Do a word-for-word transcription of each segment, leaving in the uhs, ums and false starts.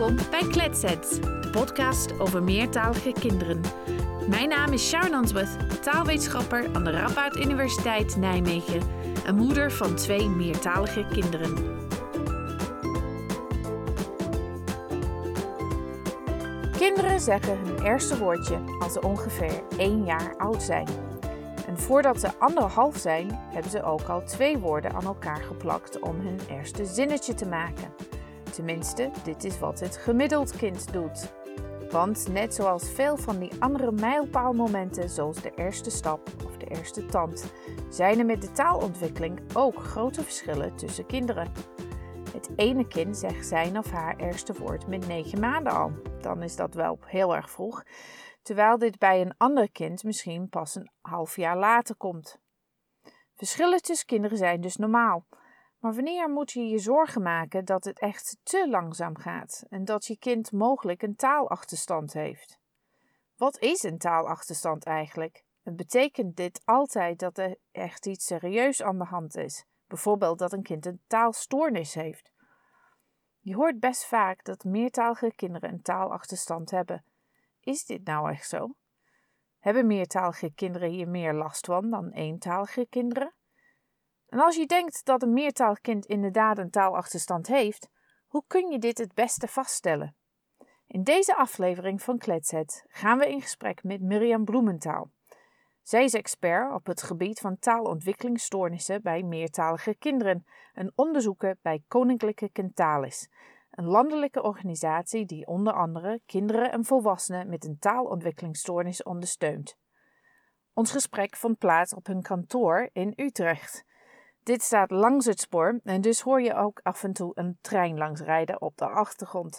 Welkom bij Kletsets, de podcast over meertalige kinderen. Mijn naam is Sharon Answorth, taalwetenschapper aan de Radboud Universiteit Nijmegen en moeder van twee meertalige kinderen. Kinderen zeggen hun eerste woordje als ze ongeveer één jaar oud zijn. En voordat ze anderhalf zijn, hebben ze ook al twee woorden aan elkaar geplakt om hun eerste zinnetje te maken. Tenminste, dit is wat het gemiddeld kind doet. Want net zoals veel van die andere mijlpaalmomenten, zoals de eerste stap of de eerste tand, zijn er met de taalontwikkeling ook grote verschillen tussen kinderen. Het ene kind zegt zijn of haar eerste woord met negen maanden al. Dan is dat wel heel erg vroeg. Terwijl dit bij een ander kind misschien pas een half jaar later komt. Verschillen tussen kinderen zijn dus normaal. Maar wanneer moet je je zorgen maken dat het echt te langzaam gaat en dat je kind mogelijk een taalachterstand heeft? Wat is een taalachterstand eigenlijk? En betekent dit altijd dat er echt iets serieus aan de hand is? Bijvoorbeeld dat een kind een taalstoornis heeft. Je hoort best vaak dat meertalige kinderen een taalachterstand hebben. Is dit nou echt zo? Hebben meertalige kinderen hier meer last van dan eentalige kinderen? En als je denkt dat een meertalig kind inderdaad een taalachterstand heeft, hoe kun je dit het beste vaststellen? In deze aflevering van Kletsets gaan we in gesprek met Mirjam Bloementaal. Zij is expert op het gebied van taalontwikkelingsstoornissen bij meertalige kinderen en onderzoeker bij Koninklijke Kentalis, een landelijke organisatie die onder andere kinderen en volwassenen met een taalontwikkelingsstoornis ondersteunt. Ons gesprek vond plaats op hun kantoor in Utrecht. Dit staat langs het spoor en dus hoor je ook af en toe een trein langs rijden op de achtergrond.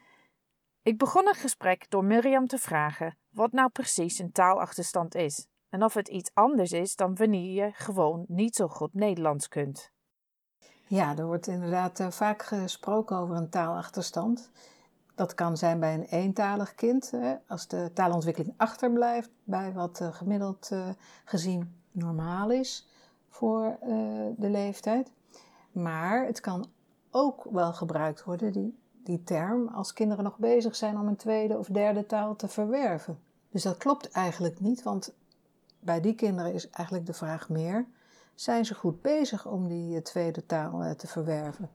Ik begon het gesprek door Mirjam te vragen wat nou precies een taalachterstand is en of het iets anders is dan wanneer je gewoon niet zo goed Nederlands kunt. Ja, er wordt inderdaad uh, vaak gesproken over een taalachterstand. Dat kan zijn bij een eentalig kind, hè, als de taalontwikkeling achterblijft bij wat uh, gemiddeld uh, gezien normaal is voor uh, de leeftijd. Maar het kan ook wel gebruikt worden, die, die term, als kinderen nog bezig zijn om een tweede of derde taal te verwerven. Dus dat klopt eigenlijk niet, want bij die kinderen is eigenlijk de vraag meer: zijn ze goed bezig om die tweede taal uh, te verwerven?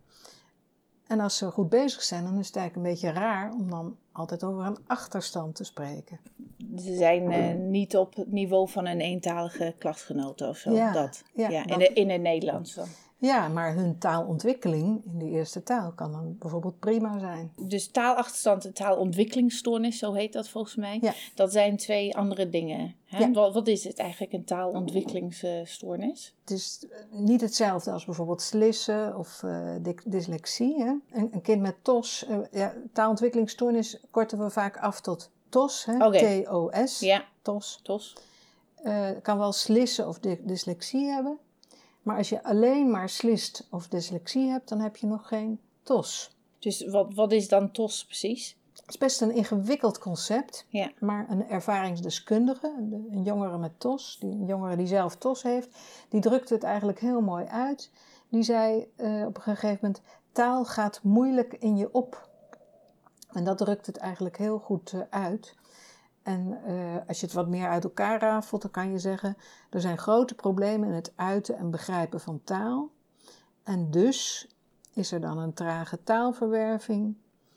En als ze goed bezig zijn, dan is het eigenlijk een beetje raar om dan altijd over een achterstand te spreken. Ze zijn uh, niet op het niveau van een eentalige klasgenoot of zo. Ja, dat. ja, ja, dat, in, de, in het Nederlands dan. Ja, maar hun taalontwikkeling in die eerste taal kan dan bijvoorbeeld prima zijn. Dus taalachterstand en taalontwikkelingsstoornis, zo heet dat volgens mij. Ja. Dat zijn twee andere dingen. Hè? Ja. Wat, wat is het eigenlijk, een taalontwikkelingsstoornis? Het is niet hetzelfde als bijvoorbeeld slissen of uh, dyslexie. Hè? Een, een kind met T O S, uh, ja, taalontwikkelingsstoornis korten we vaak af tot T O S, hè? Okay. T O S. Ja, T O S. T O S. Uh, kan wel slissen of dy- dyslexie hebben. Maar als je alleen maar slist of dyslexie hebt, dan heb je nog geen T O S. Dus wat, wat is dan T O S precies? Het is best een ingewikkeld concept, ja. Maar een ervaringsdeskundige, een jongere met T O S, die, een jongere die zelf T O S heeft, die drukte het eigenlijk heel mooi uit. Die zei uh, op een gegeven moment: taal gaat moeilijk in je op. En dat drukt het eigenlijk heel goed uh, uit. En uh, als je het wat meer uit elkaar rafelt, dan kan je zeggen: er zijn grote problemen in het uiten en begrijpen van taal. En dus is er dan een trage taalverwerving,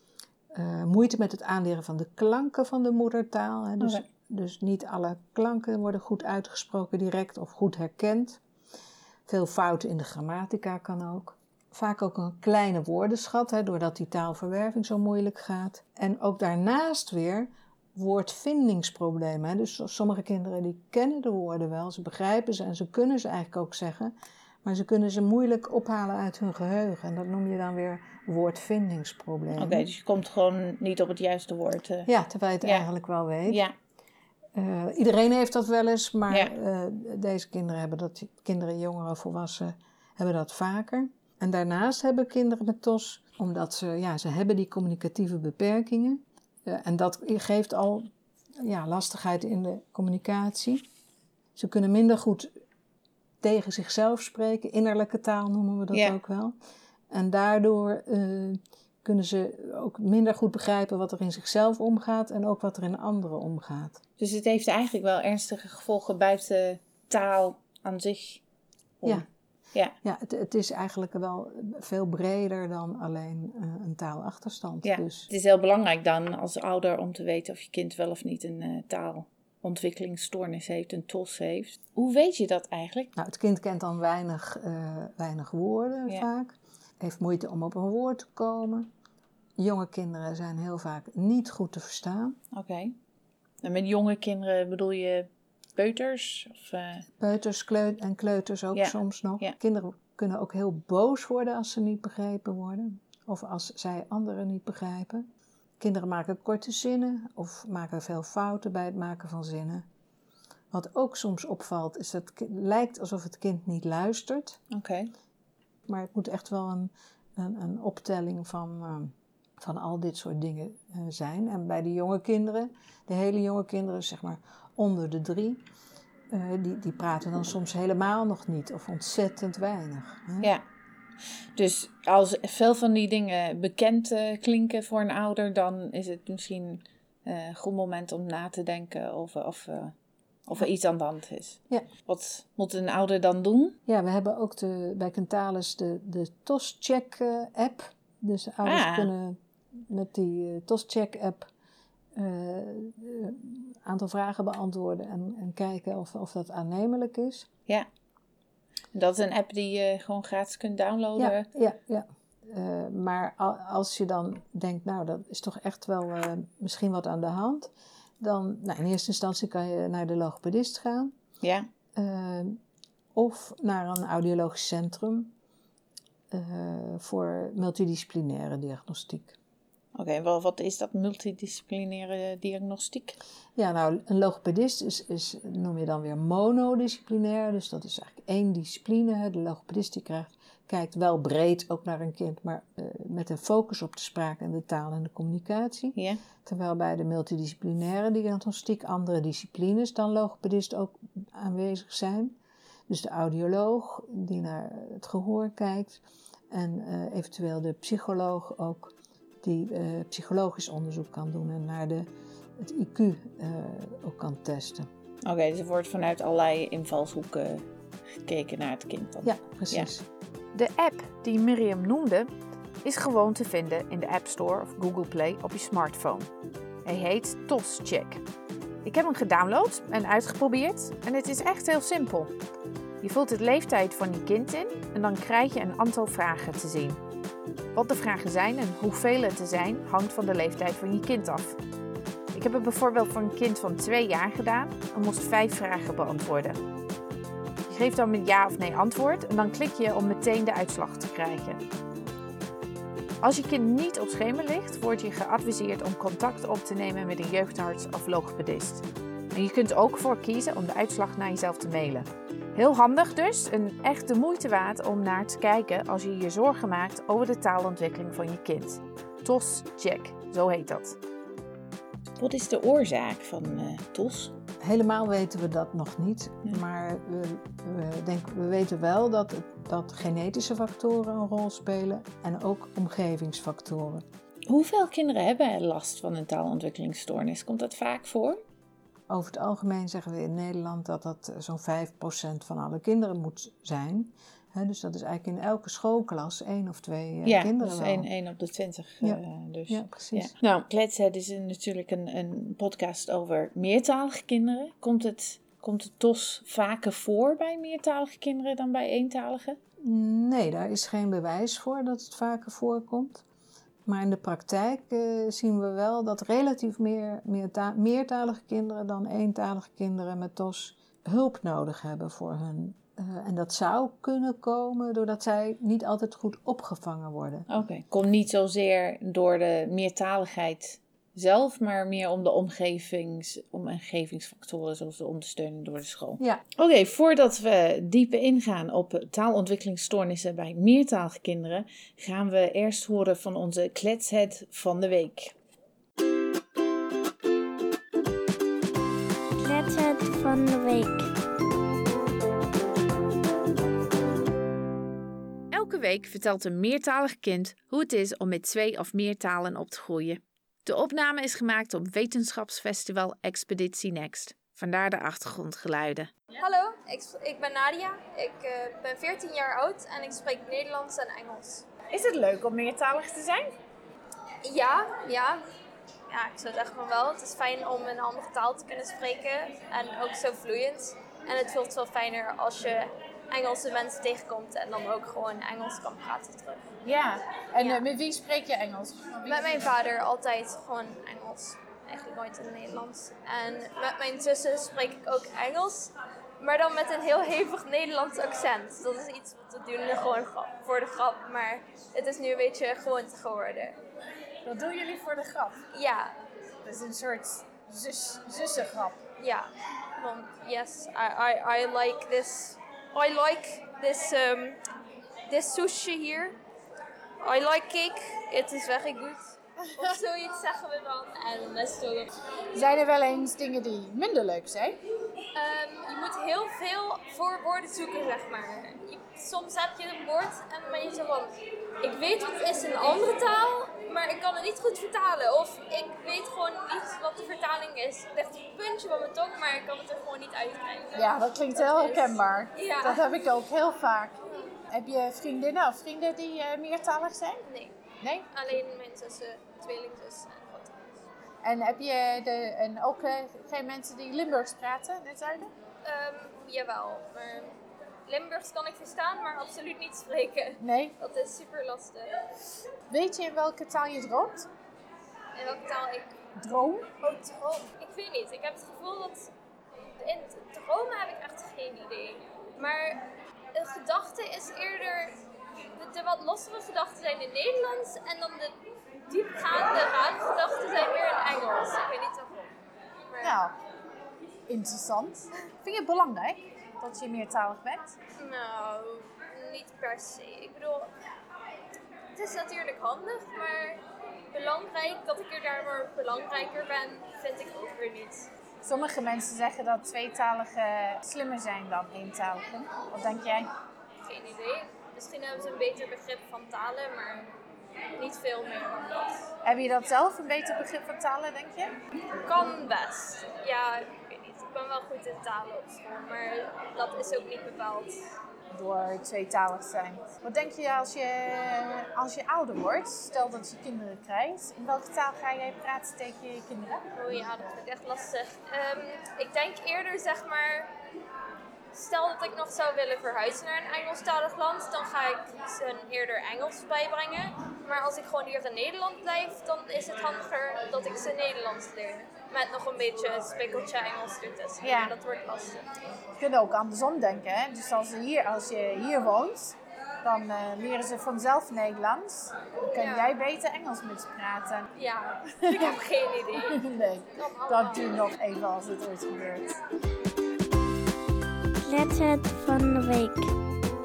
uh, moeite met het aanleren van de klanken van de moedertaal. Hè, dus, okay. dus niet alle klanken worden goed uitgesproken direct of goed herkend. Veel fouten in de grammatica kan ook. Vaak ook een kleine woordenschat, hè, doordat die taalverwerving zo moeilijk gaat. En ook daarnaast weer woordvindingsproblemen. Hè. Dus sommige kinderen die kennen de woorden wel, ze begrijpen ze en ze kunnen ze eigenlijk ook zeggen, maar ze kunnen ze moeilijk ophalen uit hun geheugen. En dat noem je dan weer woordvindingsproblemen. Oké, okay, dus je komt gewoon niet op het juiste woord. Uh... Ja, terwijl je het ja. eigenlijk wel weet. Ja. Uh, iedereen heeft dat wel eens, maar ja. uh, deze kinderen hebben dat, kinderen, jongeren, volwassenen, hebben dat vaker. En daarnaast hebben kinderen met T O S, omdat ze, ja, ze hebben die communicatieve beperkingen. Uh, en dat geeft al ja, lastigheid in de communicatie. Ze kunnen minder goed tegen zichzelf spreken. Innerlijke taal noemen we dat ja. ook wel. En daardoor uh, kunnen ze ook minder goed begrijpen wat er in zichzelf omgaat en ook wat er in anderen omgaat. Dus het heeft eigenlijk wel ernstige gevolgen buiten taal aan zich. Om. Ja, ja. ja het, het is eigenlijk wel veel breder dan alleen uh, een taalachterstand. Ja, dus. Het is heel belangrijk dan als ouder om te weten of je kind wel of niet een uh, taalontwikkelingsstoornis heeft, een T O S heeft. Hoe weet je dat eigenlijk? Nou, het kind kent dan weinig, uh, weinig woorden ja. vaak. Heeft moeite om op een woord te komen. Jonge kinderen zijn heel vaak niet goed te verstaan. Oké. Okay. En met jonge kinderen bedoel je peuters? Of, uh... Peuters kleut- en kleuters ook ja. soms nog. Ja. Kinderen kunnen ook heel boos worden als ze niet begrepen worden. Of als zij anderen niet begrijpen. Kinderen maken korte zinnen of maken veel fouten bij het maken van zinnen. Wat ook soms opvalt is dat het lijkt alsof het kind niet luistert. Oké. Okay. Maar het moet echt wel een, een, een optelling van, uh, van al dit soort dingen uh, zijn. En bij de jonge kinderen, de hele jonge kinderen, zeg maar onder de drie, uh, die, die praten dan soms helemaal nog niet of ontzettend weinig. Hè? Ja, dus als veel van die dingen bekend uh, klinken voor een ouder, dan is het misschien uh, een goed moment om na te denken over of... Uh, Of er iets aan de hand is. Ja. Wat moet een ouder dan doen? Ja, we hebben ook de, bij Kentalis de, de T O S-check-app. Dus de ouders ah. kunnen met die uh, T O S-check-app een uh, aantal vragen beantwoorden en, en kijken of, of dat aannemelijk is. Ja. Dat is een app die je gewoon gratis kunt downloaden? Ja, ja, ja. Uh, maar als je dan denkt, nou, dat is toch echt wel uh, misschien wat aan de hand... Dan, nou, in eerste instantie kan je naar de logopedist gaan. Ja. Uh, of naar een audiologisch centrum uh, voor multidisciplinaire diagnostiek. Oké, okay, wel, wat is dat multidisciplinaire diagnostiek? Ja, nou, een logopedist is, is, noem je dan weer monodisciplinair. Dus dat is eigenlijk één discipline. De logopedist die krijgt, kijkt wel breed ook naar een kind, maar uh, met een focus op de spraak en de taal en de communicatie. Ja. Terwijl bij de multidisciplinaire diagnostiek andere disciplines dan logopedist ook aanwezig zijn. Dus de audioloog die naar het gehoor kijkt en uh, eventueel de psycholoog ook die uh, psychologisch onderzoek kan doen en naar de, het I Q uh, ook kan testen. Oké, okay, dus er wordt vanuit allerlei invalshoeken gekeken naar het kind dan? Ja, precies. Ja. De app die Miriam noemde is gewoon te vinden in de App Store of Google Play op je smartphone. Hij heet T O S-check. Ik heb hem gedownload en uitgeprobeerd en het is echt heel simpel. Je vult de leeftijd van je kind in en dan krijg je een aantal vragen te zien. Wat de vragen zijn en hoeveel het er zijn, hangt van de leeftijd van je kind af. Ik heb het bijvoorbeeld voor een kind van twee jaar gedaan en moest vijf vragen beantwoorden. Je geeft dan met ja of nee antwoord en dan klik je om meteen de uitslag te krijgen. Als je kind niet op schema ligt, wordt je geadviseerd om contact op te nemen met een jeugdarts of logopedist. En je kunt ook voor kiezen om de uitslag naar jezelf te mailen. Heel handig dus, en echt de moeite waard om naar te kijken als je je zorgen maakt over de taalontwikkeling van je kind. T O S-check, zo heet dat. Wat is de oorzaak van uh, T O S? Helemaal weten we dat nog niet, ja. maar we, we, denk, we weten wel dat, het, dat genetische factoren een rol spelen en ook omgevingsfactoren. Hoeveel kinderen hebben last van een taalontwikkelingsstoornis? Komt dat vaak voor? Over het algemeen zeggen we in Nederland dat dat zo'n vijf procent van alle kinderen moet zijn. He, dus dat is eigenlijk in elke schoolklas één of twee uh, ja, kinderen dus wel. één op de twintig. Ja, uh, dus. ja precies. Ja. Nou, Kletsen is natuurlijk een, een podcast over meertalige kinderen. Komt het, komt het T O S vaker voor bij meertalige kinderen dan bij eentalige? Nee, daar is geen bewijs voor dat het vaker voorkomt. Maar in de praktijk uh, zien we wel dat relatief meer meerta- meertalige kinderen dan eentalige kinderen met T O S hulp nodig hebben voor hun. Uh, en dat zou kunnen komen doordat zij niet altijd goed opgevangen worden. Oké, okay. Komt niet zozeer door de meertaligheid zelf, maar meer om de omgevings, omgevingsfactoren zoals de ondersteuning door de school. Ja. Oké, okay, voordat we dieper ingaan op taalontwikkelingsstoornissen bij meertalige kinderen, gaan we eerst horen van onze kletshead van de week. Kletshead van de week. Elke week vertelt een meertalig kind hoe het is om met twee of meer talen op te groeien. De opname is gemaakt op wetenschapsfestival Expeditie Next. Vandaar de achtergrondgeluiden. Hallo, ik, ik ben Nadia. Ik uh, ben veertien jaar oud en ik spreek Nederlands en Engels. Is het leuk om meertalig te zijn? Ja, ja. Ja, ik zou zeggen van wel. Het is fijn om een andere taal te kunnen spreken en ook zo vloeiend. En het voelt veel fijner als je Engelse mensen tegenkomt en dan ook gewoon Engels kan praten terug. Ja, en Ja. Uh, met wie spreek je Engels? Met mijn vader altijd gewoon Engels. Eigenlijk nooit in het Nederlands. En met mijn zussen spreek ik ook Engels. Maar dan met een heel hevig Nederlands accent. Dat is iets wat we doen gewoon voor de grap. Maar het is nu een beetje gewoonte geworden. Dat doen jullie voor de grap? Ja. Dat is een soort zus, zussengrap. Ja. Want yes, I, I, I like this. I like this, um, this sushi here. I like cake. It is very good. Of zoiets zeggen we dan. En dat is zo. Zijn er wel eens dingen die minder leuk zijn? Um, je moet heel veel voor woorden zoeken, zeg maar. Je, soms heb je een woord en dan ben je zo van... Ik weet wat het is in een andere taal, maar ik kan het niet goed vertalen. Of ik weet gewoon niet wat de vertaling is. Het ligt op het puntje van mijn tong, maar ik kan het er gewoon niet uitkrijgen. Ja, dat klinkt heel herkenbaar. Ja. Dat heb ik ook heel vaak. Heb je vriendinnen of vrienden die uh, meertalig zijn? Nee. Nee? Alleen mijn zussen, tweelingzus en wat. En heb je de, en ook uh, geen mensen die Limburgs praten in het zuiden? Um, jawel, maar Limburgs kan ik verstaan, maar absoluut niet spreken. Nee. Dat is super lastig. Weet je in welke taal je droomt? In welke taal ik... Droom? Oh, droom. Ik weet niet. Ik heb het gevoel dat... In dromen heb ik echt geen idee. Maar een gedachte is eerder... De, de wat lossere gedachten zijn in Nederlands en dan de diepgaande rare gedachten zijn meer in Engels. Ik weet niet waarom. Maar... Nou, interessant. Vind je het belangrijk dat je meertalig bent? Nou, niet per se. Ik bedoel, het is natuurlijk handig, maar belangrijk dat ik er daardoor belangrijker ben, vind ik ook weer niet. Sommige mensen zeggen dat tweetaligen slimmer zijn dan eentaligen. Wat denk jij? Geen idee. Misschien hebben ze een beter begrip van talen, maar niet veel meer dan dat. Heb je dat zelf, een beter begrip van talen, denk je? Kan best. Ja, ik weet niet. Ik ben wel goed in talen op school, maar dat is ook niet bepaald. Door tweetalig te zijn. Wat denk je als je, als je ouder wordt, stel dat je kinderen krijgt, in welke taal ga jij praten tegen je kinderen? Oh ja, dat vind ik echt lastig. Um, ik denk eerder zeg maar, stel dat ik nog zou willen verhuizen naar een Engelstalig land, dan ga ik ze eerder Engels bijbrengen. Maar als ik gewoon hier in Nederland blijf, dan is het handiger dat ik ze Nederlands leer. Met nog een beetje een spikkeltje Engels ertussen. Ja. Maar dat wordt lastig. Je kunt ook andersom denken. Hè? Dus als je, hier, als je hier woont, dan uh, leren ze vanzelf Nederlands. Dan kun Ja. jij beter Engels met ze praten. Ja, ik heb geen idee. Nee, dat duurt nog even als het ooit gebeurt. Letter van de week.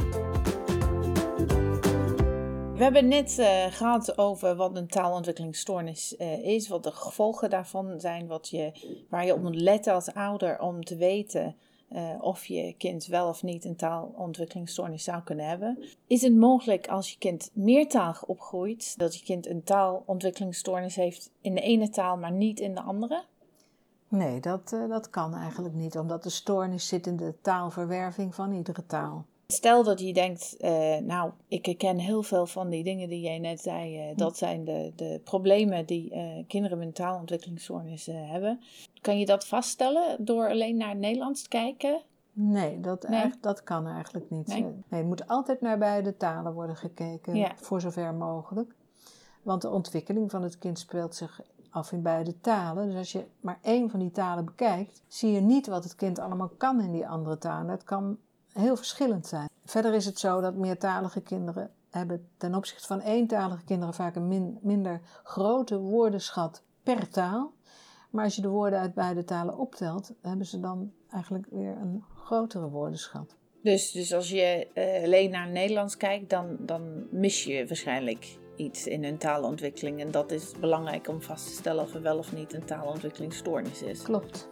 We hebben net uh, gehad over wat een taalontwikkelingsstoornis uh, is, wat de gevolgen daarvan zijn, wat je, waar je op moet letten als ouder om te weten uh, of je kind wel of niet een taalontwikkelingsstoornis zou kunnen hebben. Is het mogelijk als je kind meertalig opgroeit, dat je kind een taalontwikkelingsstoornis heeft in de ene taal, maar niet in de andere? Nee, dat, uh, dat kan eigenlijk niet, omdat de stoornis zit in de taalverwerving van iedere taal. Stel dat je denkt, uh, nou, ik herken heel veel van die dingen die jij net zei. Uh, dat zijn de, de problemen die uh, kinderen met een taalontwikkelingsstoornis uh, hebben. Kan je dat vaststellen door alleen naar het Nederlands te kijken? Nee, dat, Nee? Eigenlijk, dat kan eigenlijk niet. Nee? Nee, het moet altijd naar beide talen worden gekeken, Ja. voor zover mogelijk. Want de ontwikkeling van het kind speelt zich af in beide talen. Dus als je maar één van die talen bekijkt, zie je niet wat het kind allemaal kan in die andere talen. Het kan heel verschillend zijn. Verder is het zo dat meertalige kinderen hebben ten opzichte van eentalige kinderen vaak een min, minder grote woordenschat per taal. Maar als je de woorden uit beide talen optelt, hebben ze dan eigenlijk weer een grotere woordenschat. Dus, dus als je uh, alleen naar het Nederlands kijkt, dan, dan mis je waarschijnlijk iets in hun taalontwikkeling. En dat is belangrijk om vast te stellen of er wel of niet een taalontwikkelingsstoornis is. Klopt. Ja.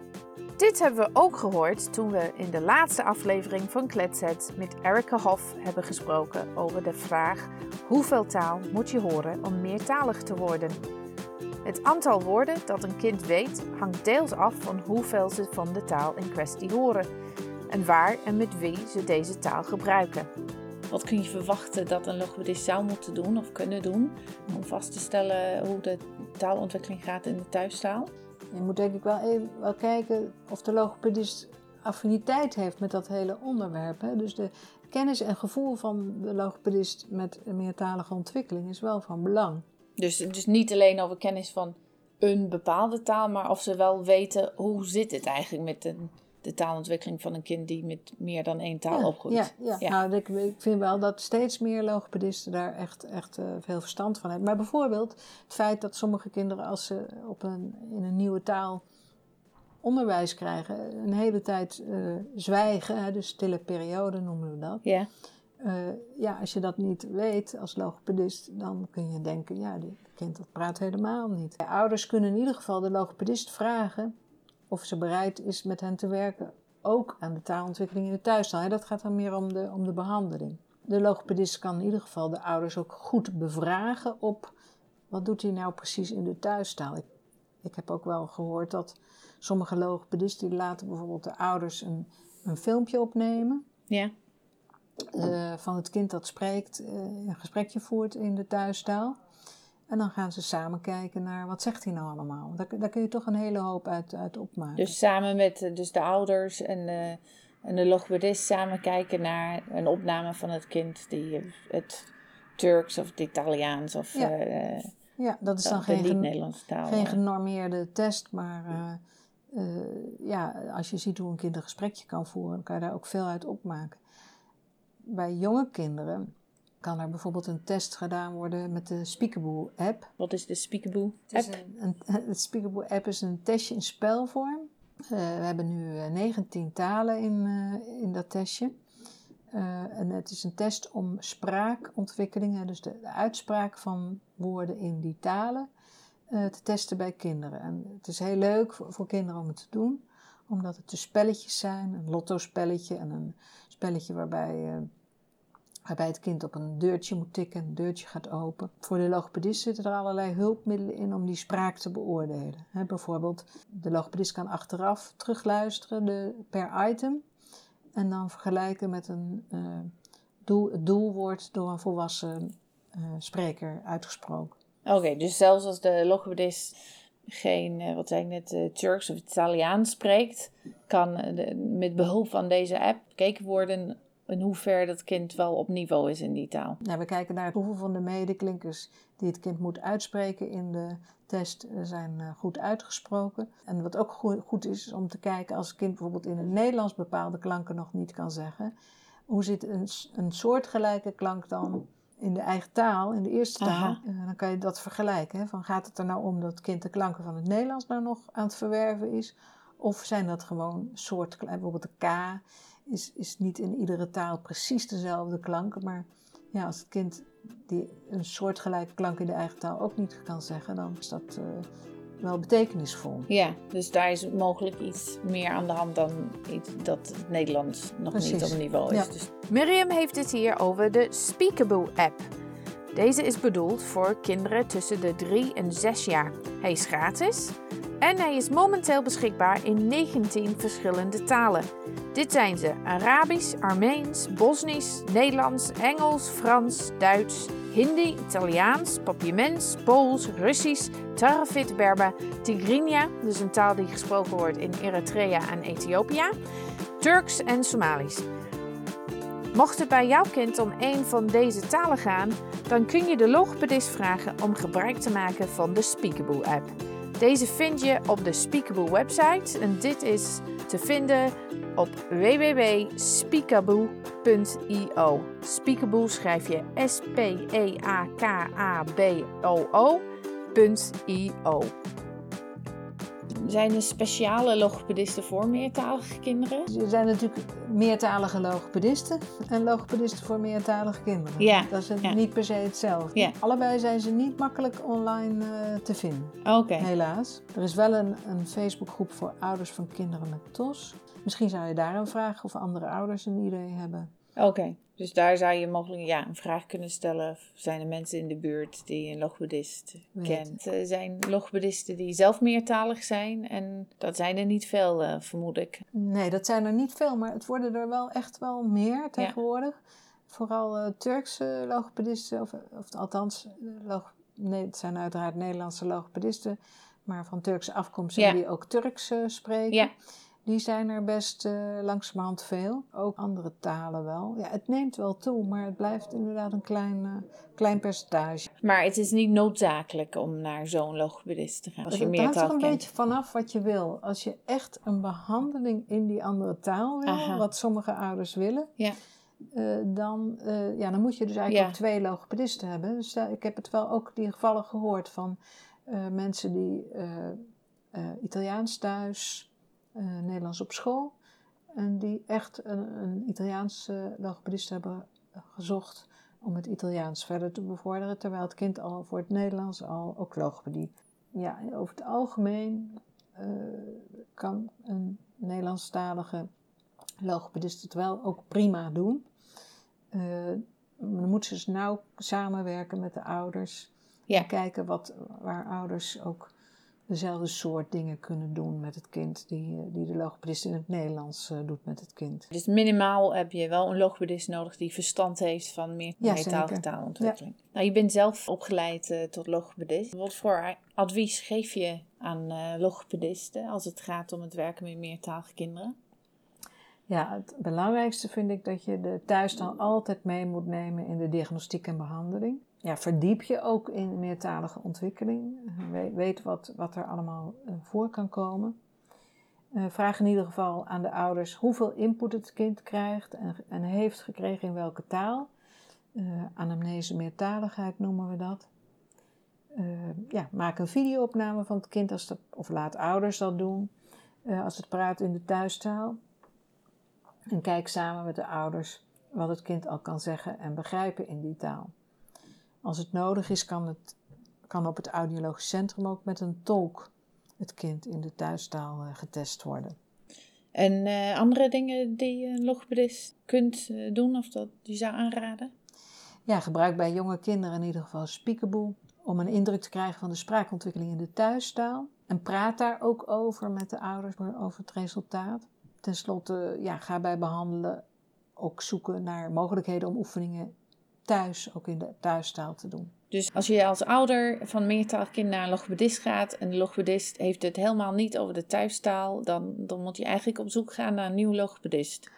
Dit hebben we ook gehoord toen we in de laatste aflevering van Kletset met Erica Hoff hebben gesproken over de vraag: hoeveel taal moet je horen om meertalig te worden? Het aantal woorden dat een kind weet hangt deels af van hoeveel ze van de taal in kwestie horen en waar en met wie ze deze taal gebruiken. Wat kun je verwachten dat een logopedist zou moeten doen of kunnen doen om vast te stellen hoe de taalontwikkeling gaat in de thuistaal? Je moet denk ik wel even wel kijken of de logopedist affiniteit heeft met dat hele onderwerp. Hè? Dus de kennis en gevoel van de logopedist met een meertalige ontwikkeling is wel van belang. Dus, dus niet alleen over kennis van een bepaalde taal, maar of ze wel weten hoe zit het eigenlijk met de, de taalontwikkeling van een kind die met meer dan één taal ja, opgroeit. Ja, ja. ja. Nou, ik, ik vind wel dat steeds meer logopedisten daar echt, echt uh, veel verstand van hebben. Maar bijvoorbeeld het feit dat sommige kinderen als ze op een, in een nieuwe taal onderwijs krijgen, een hele tijd uh, zwijgen, hè, dus stille periode noemen we dat. Ja. Uh, ja, als je dat niet weet als logopedist, dan kun je denken, ja, dit kind dat praat helemaal niet. De ouders kunnen in ieder geval de logopedist vragen of ze bereid is met hen te werken, ook aan de taalontwikkeling in de thuistaal. Dat gaat dan meer om de, om de behandeling. De logopedist kan in ieder geval de ouders ook goed bevragen op wat doet hij nou precies in de thuistaal. Ik, ik heb ook wel gehoord dat sommige logopedisten laten bijvoorbeeld de ouders een, een filmpje opnemen. Ja. Uh, van het kind dat spreekt, uh, een gesprekje voert in de thuistaal. En dan gaan ze samen kijken naar wat zegt hij nou allemaal. Daar, daar kun je toch een hele hoop uit, uit opmaken. Dus samen met dus de ouders en de, en de logopedist samen kijken naar een opname van het kind die het Turks of het Italiaans of ja. Uh, ja, dat is dan de geen, niet-Nederlandse taal. Geen genormeerde test, maar uh, uh, ja, als je ziet hoe een kind een gesprekje kan voeren, dan kan je daar ook veel uit opmaken. Bij jonge kinderen kan er bijvoorbeeld een test gedaan worden met de Speakaboo-app. Wat is de Speakaboo-app? Een, een, de Speakaboo-app is een testje in spelvorm. Uh, we hebben nu uh, negentien talen in, uh, in dat testje. Uh, en het is een test om spraakontwikkelingen, dus de, de uitspraak van woorden in die talen, uh, te testen bij kinderen. En het is heel leuk voor, voor kinderen om het te doen, omdat het dus spelletjes zijn, een lottospelletje en een spelletje waarbij... Uh, waarbij het kind op een deurtje moet tikken en een deurtje gaat open. Voor de logopedist zitten er allerlei hulpmiddelen in om die spraak te beoordelen. He, bijvoorbeeld, de logopedist kan achteraf terugluisteren de, per item en dan vergelijken met een uh, doel, het doelwoord door een volwassen uh, spreker uitgesproken. Oké, okay, dus zelfs als de logopedist geen, uh, wat zei ik net, uh, Turks of Italiaans spreekt, kan uh, de, met behulp van deze app gekeken worden in hoever dat kind wel op niveau is in die taal. Nou, we kijken naar hoeveel van de medeklinkers die het kind moet uitspreken in de test zijn goed uitgesproken. En wat ook goed is, is om te kijken als het kind bijvoorbeeld in het Nederlands bepaalde klanken nog niet kan zeggen. Hoe zit een, een soortgelijke klank dan in de eigen taal, in de eerste taal? Uh, dan kan je dat vergelijken. Hè? Van, gaat het er nou om dat het kind de klanken van het Nederlands nou nog aan het verwerven is? Of zijn dat gewoon soortgelijke, bijvoorbeeld de K... Is, is niet in iedere taal precies dezelfde klank. Maar ja, als het kind die een soortgelijke klank in de eigen taal ook niet kan zeggen, dan is dat uh, wel betekenisvol. Ja, dus daar is mogelijk iets meer aan de hand dan iets dat het Nederlands nog precies. Niet op niveau is. Ja. Dus... Miriam heeft het hier over de Speakaboo-app. Deze is bedoeld voor kinderen tussen de drie en zes jaar. Hij is gratis en hij is momenteel beschikbaar in negentien verschillende talen. Dit zijn ze: Arabisch, Armeens, Bosnisch, Nederlands, Engels, Frans, Duits, Hindi, Italiaans, Papiaments, Pools, Russisch, Tarafit Berber, Tigrinya, dus een taal die gesproken wordt in Eritrea en Ethiopië, Turks en Somalisch. Mocht het bij jouw kind om een van deze talen gaan, dan kun je de logopedist vragen om gebruik te maken van de Speakaboo-app. Deze vind je op de Speakaboo-website en dit is te vinden op w w w punt speakaboo punt i o. Speakaboo schrijf je S P E A K A B O O punt I O. Zijn er speciale logopedisten voor meertalige kinderen? Er zijn natuurlijk meertalige logopedisten en logopedisten voor meertalige kinderen. Ja, Dat is het ja. niet per se hetzelfde. Ja. Allebei zijn ze niet makkelijk online uh, te vinden, Oké. helaas. Er is wel een, een Facebookgroep voor ouders van kinderen met T O S. Misschien zou je daar een vraag of andere ouders een idee hebben. Oké, okay. Dus daar zou je mogelijk ja, een vraag kunnen stellen. Zijn er mensen in de buurt die een logopedist Weet. kent? Er zijn logopedisten die zelf meertalig zijn en dat zijn er niet veel, uh, vermoed ik. Nee, dat zijn er niet veel, maar het worden er wel echt wel meer tegenwoordig. Ja. Vooral uh, Turkse logopedisten, of, of althans, log, nee, het zijn uiteraard Nederlandse logopedisten, maar van Turkse afkomst en ja. die ook Turks uh, spreken. Ja. Die zijn er best uh, langzamerhand veel. Ook andere talen wel. Ja, het neemt wel toe, maar het blijft inderdaad een klein, uh, klein percentage. Maar het is niet noodzakelijk om naar zo'n logopedist te gaan. Als je het meertalig hangt er een kent. beetje vanaf wat je wil. Als je echt een behandeling in die andere taal wil, Aha. wat sommige ouders willen, ja. uh, dan, uh, ja, dan moet je dus eigenlijk ja. ook twee logopedisten hebben. Dus uh, ik heb het wel ook die gevallen gehoord van uh, mensen die uh, uh, Italiaans thuis... Uh, Nederlands op school. En die echt een, een Italiaanse logopedist hebben gezocht om het Italiaans verder te bevorderen, terwijl het kind al voor het Nederlands al ook logopedie. Ja, over het algemeen uh, kan een Nederlandstalige logopedist het wel ook prima doen. Uh, dan moeten ze dus nauw samenwerken met de ouders. Ja. En kijken wat, waar ouders ook dezelfde soort dingen kunnen doen met het kind die, die de logopedist in het Nederlands uh, doet met het kind. Dus minimaal heb je wel een logopedist nodig die verstand heeft van meer ja, meertalige taalontwikkeling. Ja. Nou, je bent zelf opgeleid uh, tot logopedist. Wat voor advies geef je aan uh, logopedisten als het gaat om het werken met meertalige kinderen? Ja, het belangrijkste vind ik dat je de thuistaal altijd mee moet nemen in de diagnostiek en behandeling. Ja, verdiep je ook in meertalige ontwikkeling. Weet wat, wat er allemaal voor kan komen. Uh, vraag in ieder geval aan de ouders hoeveel input het kind krijgt en, en heeft gekregen in welke taal. Uh, anamnese meertaligheid noemen we dat. Uh, ja, maak een videoopname van het kind als dat, of laat ouders dat doen uh, als het praat in de thuistaal. En kijk samen met de ouders wat het kind al kan zeggen en begrijpen in die taal. Als het nodig is, kan, het, kan op het audiologisch centrum ook met een tolk het kind in de thuistaal uh, getest worden. En uh, andere dingen die een logopedist kunt uh, doen of dat je zou aanraden? Ja, gebruik bij jonge kinderen in ieder geval Speakable om een indruk te krijgen van de spraakontwikkeling in de thuistaal. En praat daar ook over met de ouders over het resultaat. Ten slotte, ja, ga bij behandelen ook zoeken naar mogelijkheden om oefeningen thuis, ook in de thuistaal te doen. Dus als je als ouder van meertalig kind naar een logopedist gaat en de logopedist heeft het helemaal niet over de thuistaal, dan, dan moet je eigenlijk op zoek gaan naar een nieuwe logopedist.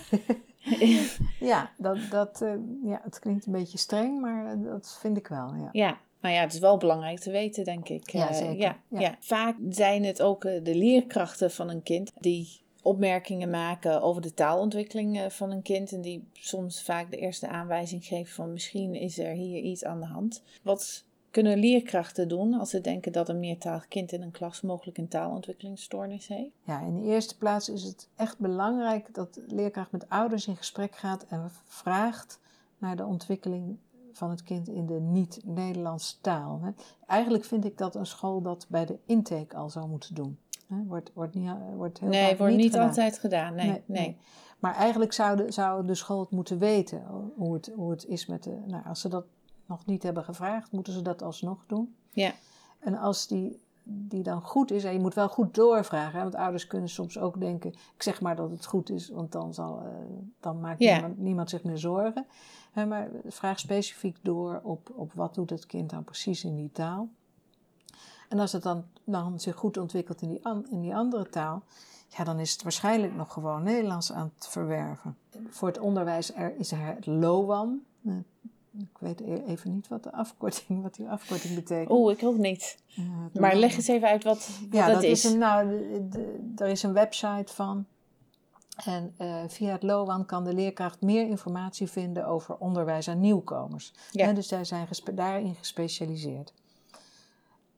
ja, dat, dat, uh, ja, het klinkt een beetje streng, maar dat vind ik wel. Ja, ja maar ja, het is wel belangrijk te weten, denk ik. Ja, zeker. Uh, ja, ja. Ja. Vaak zijn het ook uh, de leerkrachten van een kind die opmerkingen maken over de taalontwikkeling van een kind en die soms vaak de eerste aanwijzing geven van misschien is er hier iets aan de hand. Wat kunnen leerkrachten doen als ze denken dat een meertalig kind in een klas mogelijk een taalontwikkelingsstoornis heeft? Ja, in de eerste plaats is het echt belangrijk dat de leerkracht met ouders in gesprek gaat en vraagt naar de ontwikkeling van het kind in de niet-Nederlandse taal. Eigenlijk vind ik dat een school dat bij de intake al zou moeten doen. Wordt, wordt, niet, wordt heel nee, vaak wordt niet niet gedaan. altijd gedaan. Nee, nee, nee, nee. Maar eigenlijk zou de, zou de school het moeten weten hoe het, hoe het is met de... Nou, als ze dat nog niet hebben gevraagd, moeten ze dat alsnog doen. Ja. En als die, die dan goed is, en je moet wel goed doorvragen, hè, want ouders kunnen soms ook denken, ik zeg maar dat het goed is, want dan, zal, uh, dan maakt ja. niemand, niemand zich meer zorgen. Hè, maar vraag specifiek door op, op wat doet het kind dan precies in die taal. En als het dan, dan zich goed ontwikkelt in die, an, in die andere taal, ja, dan is het waarschijnlijk nog gewoon Nederlands aan het verwerven. Voor het onderwijs er, is er het LOAN. Uh, ik weet even niet wat de afkorting, wat die afkorting betekent. Oeh, ik ook niet. Uh, maar leg eens even uit wat, wat ja, dat, dat is. is een, nou, de, de, er is een website van. En uh, via het LOAN kan de leerkracht meer informatie vinden over onderwijs aan nieuwkomers. Ja. En dus zij zijn gespe- daarin gespecialiseerd.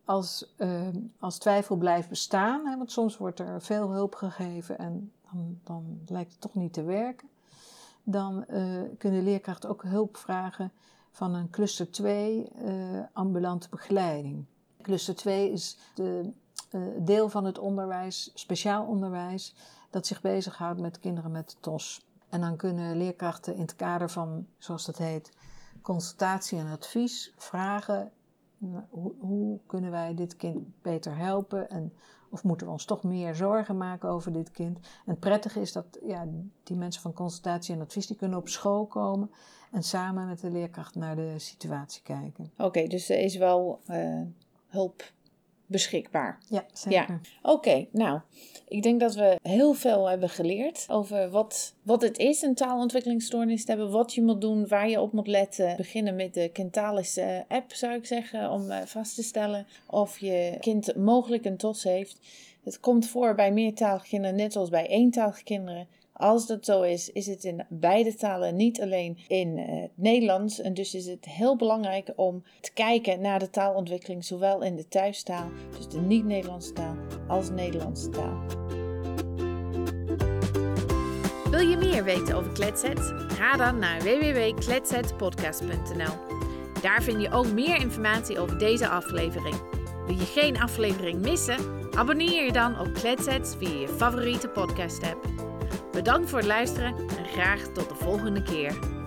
als, uh, als twijfel blijft bestaan, hè, want soms wordt er veel hulp gegeven en dan, dan lijkt het toch niet te werken, dan uh, kunnen leerkrachten ook hulp vragen van een cluster twee uh, ambulante begeleiding. Cluster twee is de uh, deel van het onderwijs, speciaal onderwijs, dat zich bezighoudt met kinderen met T O S. En dan kunnen leerkrachten in het kader van, zoals dat heet, consultatie en advies vragen, hoe, hoe kunnen wij dit kind beter helpen en of moeten we ons toch meer zorgen maken over dit kind. En het prettige is dat ja, die mensen van consultatie en advies die kunnen op school komen en samen met de leerkracht naar de situatie kijken. Oké, okay, dus er is wel uh, hulp beschikbaar. Ja, zeker. Ja. Oké, okay, nou, ik denk dat we heel veel hebben geleerd over wat, wat het is een taalontwikkelingsstoornis te hebben, wat je moet doen, waar je op moet letten. Beginnen met de Kentalis uh, app, zou ik zeggen, om uh, vast te stellen of je kind mogelijk een T O S heeft. Het komt voor bij meertalige kinderen, net als bij eentalige kinderen. Als dat zo is, is het in beide talen, niet alleen in uh, het Nederlands. En dus is het heel belangrijk om te kijken naar de taalontwikkeling, zowel in de thuistaal, dus de niet-Nederlandse taal, als de Nederlandse taal. Wil je meer weten over Kletset? Ga dan naar w w w punt kletsetpodcast punt n l. Daar vind je ook meer informatie over deze aflevering. Wil je geen aflevering missen? Abonneer je dan op Kletset via je favoriete podcast app. Bedankt voor het luisteren en graag tot de volgende keer.